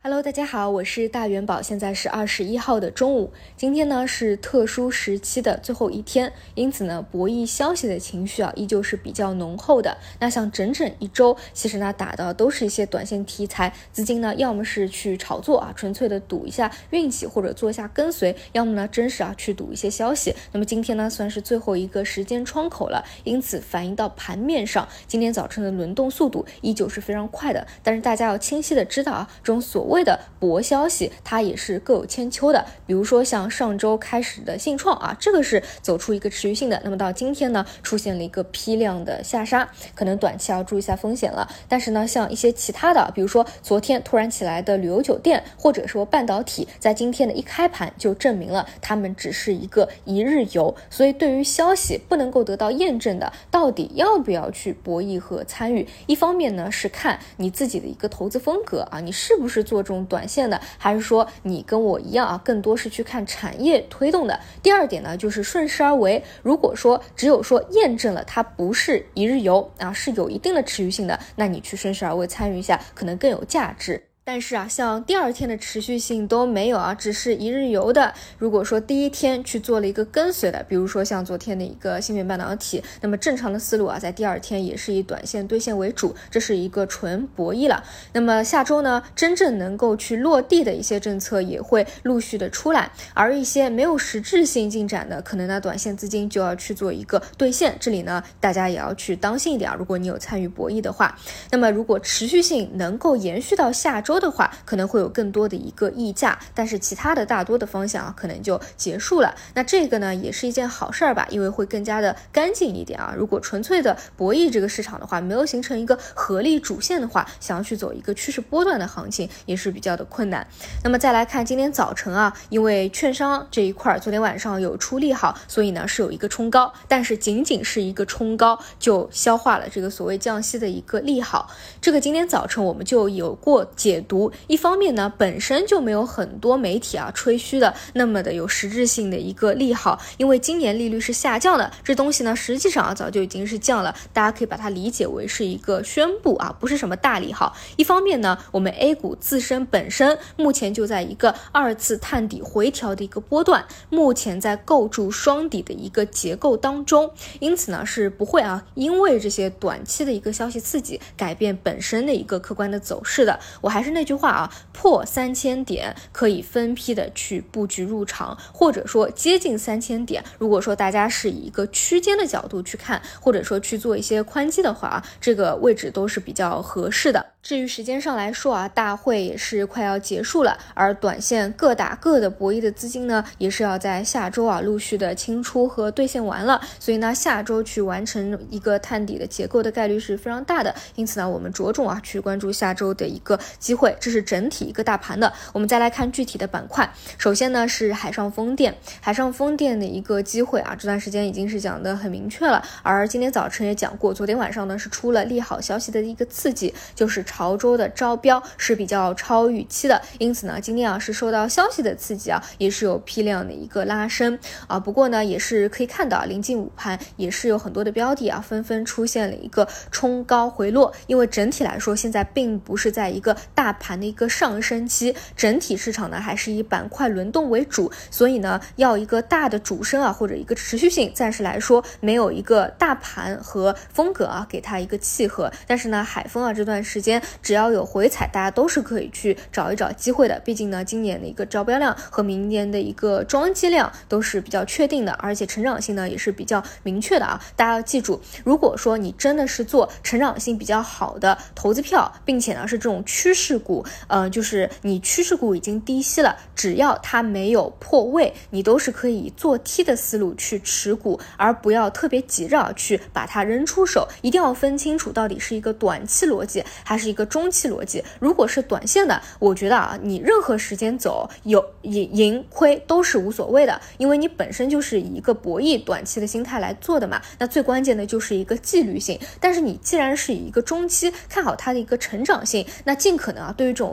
Hello， 大家好，我是大元宝，现在是21号的中午。今天呢是特殊时期的最后一天，因此呢博弈消息的情绪依旧是比较浓厚的。那像整整一周，其实呢打的都是一些短线题材，资金呢要么是去炒作纯粹的赌一下运气或者做一下跟随，要么呢真是去赌一些消息。那么今天呢算是最后一个时间窗口了，因此反映到盘面上，今天早晨的轮动速度依旧是非常快的。但是大家要清晰的知道这种所谓的博消息它也是各有千秋的。比如说像上周开始的信创这个是走出一个持续性的，那么到今天呢出现了一个批量的下杀，可能短期要注意一下风险了。但是呢像一些其他的，比如说昨天突然起来的旅游酒店或者说半导体，在今天的一开盘就证明了他们只是一个一日游。所以对于消息不能够得到验证的，到底要不要去博弈和参与，一方面呢是看你自己的一个投资风格你是不是做这种短线的，还是说你跟我一样更多是去看产业推动的。第二点呢就是顺势而为，如果说只有说验证了它不是一日游是有一定的持续性的，那你去顺势而为参与一下可能更有价值。但是像第二天的持续性都没有只是一日游的，如果说第一天去做了一个跟随的，比如说像昨天的一个芯片半导体，那么正常的思路在第二天也是以短线兑现为主，这是一个纯博弈了。那么下周呢真正能够去落地的一些政策也会陆续的出来，而一些没有实质性进展的，可能呢短线资金就要去做一个兑现，这里呢大家也要去当心一点如果你有参与博弈的话。那么如果持续性能够延续到下周的话，可能会有更多的一个溢价，但是其他的大多的方向可能就结束了。那这个呢也是一件好事吧，因为会更加的干净一点如果纯粹的博弈这个市场的话，没有形成一个合力主线的话，想要去走一个趋势波段的行情也是比较的困难。那么再来看今天早晨因为券商这一块昨天晚上有出利好，所以呢是有一个冲高，但是仅仅是一个冲高就消化了这个所谓降息的一个利好。这个今天早晨我们就有过解读，一方面呢本身就没有很多媒体吹嘘的那么的有实质性的一个利好，因为今年利率是下降的，这东西呢实际上早就已经是降了，大家可以把它理解为是一个宣布不是什么大利好。一方面呢我们 A 股自身本身目前就在一个二次探底回调的一个波段，目前在构筑双底的一个结构当中，因此呢是不会因为这些短期的一个消息刺激改变本身的一个客观的走势的。我还是那句话破3000点可以分批的去布局入场，或者说接近3000点，如果说大家是以一个区间的角度去看，或者说去做一些宽基的话这个位置都是比较合适的。至于时间上来说大会也是快要结束了，而短线各打各的博弈的资金呢也是要在下周陆续的清出和兑现完了，所以呢下周去完成一个探底的结构的概率是非常大的，因此呢我们着重去关注下周的一个机会，这是整体一个大盘的。我们再来看具体的板块，首先呢是海上风电，海上风电的一个机会这段时间已经是讲得很明确了，而今天早晨也讲过，昨天晚上呢是出了利好消息的一个刺激，就是潮州的招标是比较超预期的，因此呢今天是受到消息的刺激也是有批量的一个拉升不过呢也是可以看到临近午盘也是有很多的标的纷纷出现了一个冲高回落，因为整体来说现在并不是在一个大盘的一个上升期，整体市场呢还是以板块轮动为主，所以呢要一个大的主升或者一个持续性，暂时来说没有一个大盘和风格给它一个契合。但是呢海风这段时间只要有回踩，大家都是可以去找一找机会的，毕竟呢今年的一个招标量和明年的一个装机量都是比较确定的，而且成长性呢也是比较明确的大家要记住，如果说你真的是做成长性比较好的投资票，并且呢是这种趋势股就是你趋势股已经低吸了，只要它没有破位，你都是可以做 T 的思路去持股，而不要特别急着去把它扔出手，一定要分清楚到底是一个短期逻辑还是一个中期逻辑。如果是短线的，我觉得你任何时间走有赢亏都是无所谓的，因为你本身就是以一个博弈短期的心态来做的嘛，那最关键的就是一个纪律性。但是你既然是以一个中期看好它的一个成长性，那尽可能对于这种分时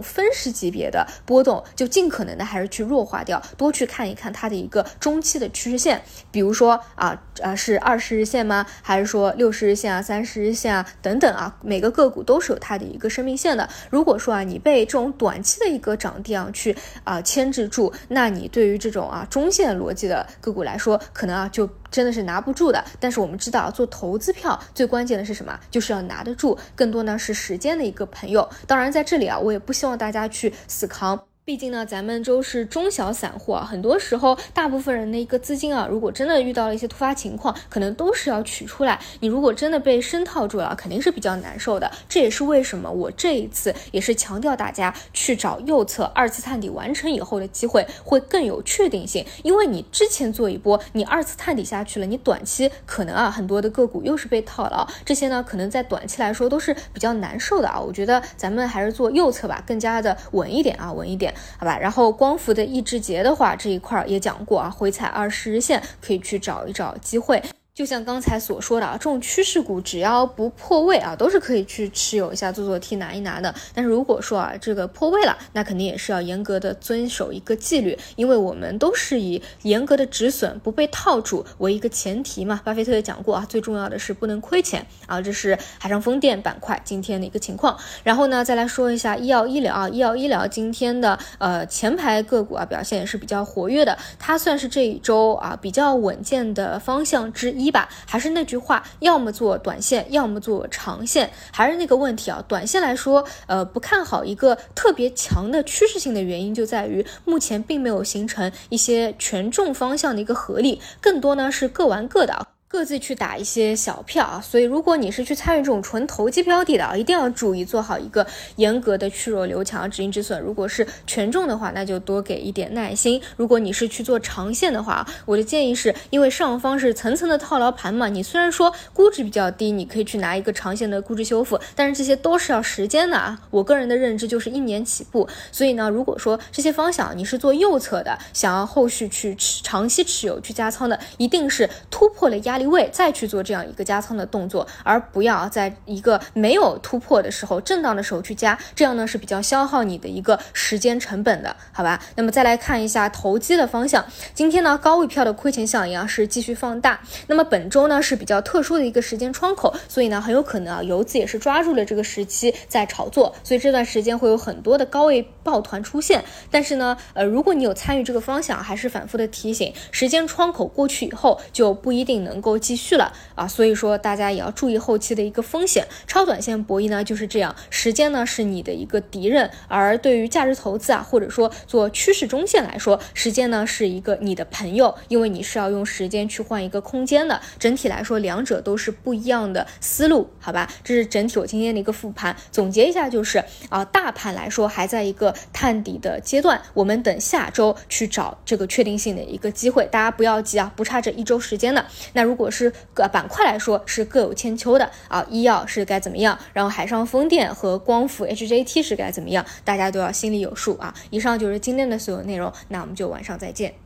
市级别的波动，就尽可能的还是去弱化掉，多去看一看它的一个中期的趋势线，比如说是20日线吗？还是说60日线啊、30日线啊等等啊，每个个股都是有它的一个生命线的。如果说你被这种短期的一个涨跌去牵制住，那你对于这种中线逻辑的个股来说，可能就真的是拿不住的。但是我们知道做投资票最关键的是什么？就是要拿得住，更多呢是时间的一个朋友。当然在这里我也不希望大家去死扛，毕竟呢咱们都是中小散户很多时候大部分人的一个资金如果真的遇到了一些突发情况，可能都是要取出来，你如果真的被深套住了，肯定是比较难受的。这也是为什么我这一次也是强调大家去找右侧二次探底完成以后的机会会更有确定性，因为你之前做一波，你二次探底下去了，你短期可能很多的个股又是被套牢，这些呢可能在短期来说都是比较难受的我觉得咱们还是做右侧吧，更加的稳一点稳一点，好吧。然后光伏的抑制节的话，这一块也讲过回踩20日线可以去找一找机会。就像刚才所说的这种趋势股只要不破位都是可以去持有一下，做 T 拿一拿的。但是如果说这个破位了，那肯定也是要严格的遵守一个纪律，因为我们都是以严格的止损不被套住为一个前提嘛。巴菲特也讲过最重要的是不能亏钱这是海上风电板块今天的一个情况。然后呢再来说一下医药医疗今天的前排个股表现也是比较活跃的，它算是这一周比较稳健的方向之一吧。还是那句话，要么做短线，要么做长线。还是那个问题短线来说不看好一个特别强的趋势性的原因就在于目前并没有形成一些权重方向的一个合力，更多呢是各玩各的各自去打一些小票所以如果你是去参与这种纯投机标的的一定要注意做好一个严格的去弱留强，止盈止损。如果是权重的话，那就多给一点耐心。如果你是去做长线的话，我的建议是，因为上方是层层的套牢盘嘛，你虽然说估值比较低，你可以去拿一个长线的估值修复，但是这些都是要时间的我个人的认知就是1年起步。所以呢，如果说这些方向你是做右侧的，想要后续去长期持有去加仓的，一定是突破了压力位再去做这样一个加仓的动作，而不要在一个没有突破的时候震荡的时候去加，这样呢是比较消耗你的一个时间成本的，好吧。那么再来看一下投机的方向，今天呢高位票的亏钱效应是继续放大，那么本周呢是比较特殊的一个时间窗口，所以呢很有可能游资也是抓住了这个时期在炒作，所以这段时间会有很多的高位抱团出现。但是呢如果你有参与这个方向，还是反复的提醒，时间窗口过去以后就不一定能够继续了所以说大家也要注意后期的一个风险。超短线博弈呢就是这样，时间呢是你的一个敌人，而对于价值投资或者说做趋势中线来说，时间呢是一个你的朋友，因为你是要用时间去换一个空间的。整体来说两者都是不一样的思路，好吧。这是整体我今天的一个复盘总结一下，就是大盘来说还在一个探底的阶段，我们等下周去找这个确定性的一个机会，大家不要急不差这1周时间的。那如果是板块来说是各有千秋的医药是该怎么样，然后海上风电和光伏 HJT 是该怎么样，大家都要心里有数以上就是今天的所有内容，那我们就晚上再见。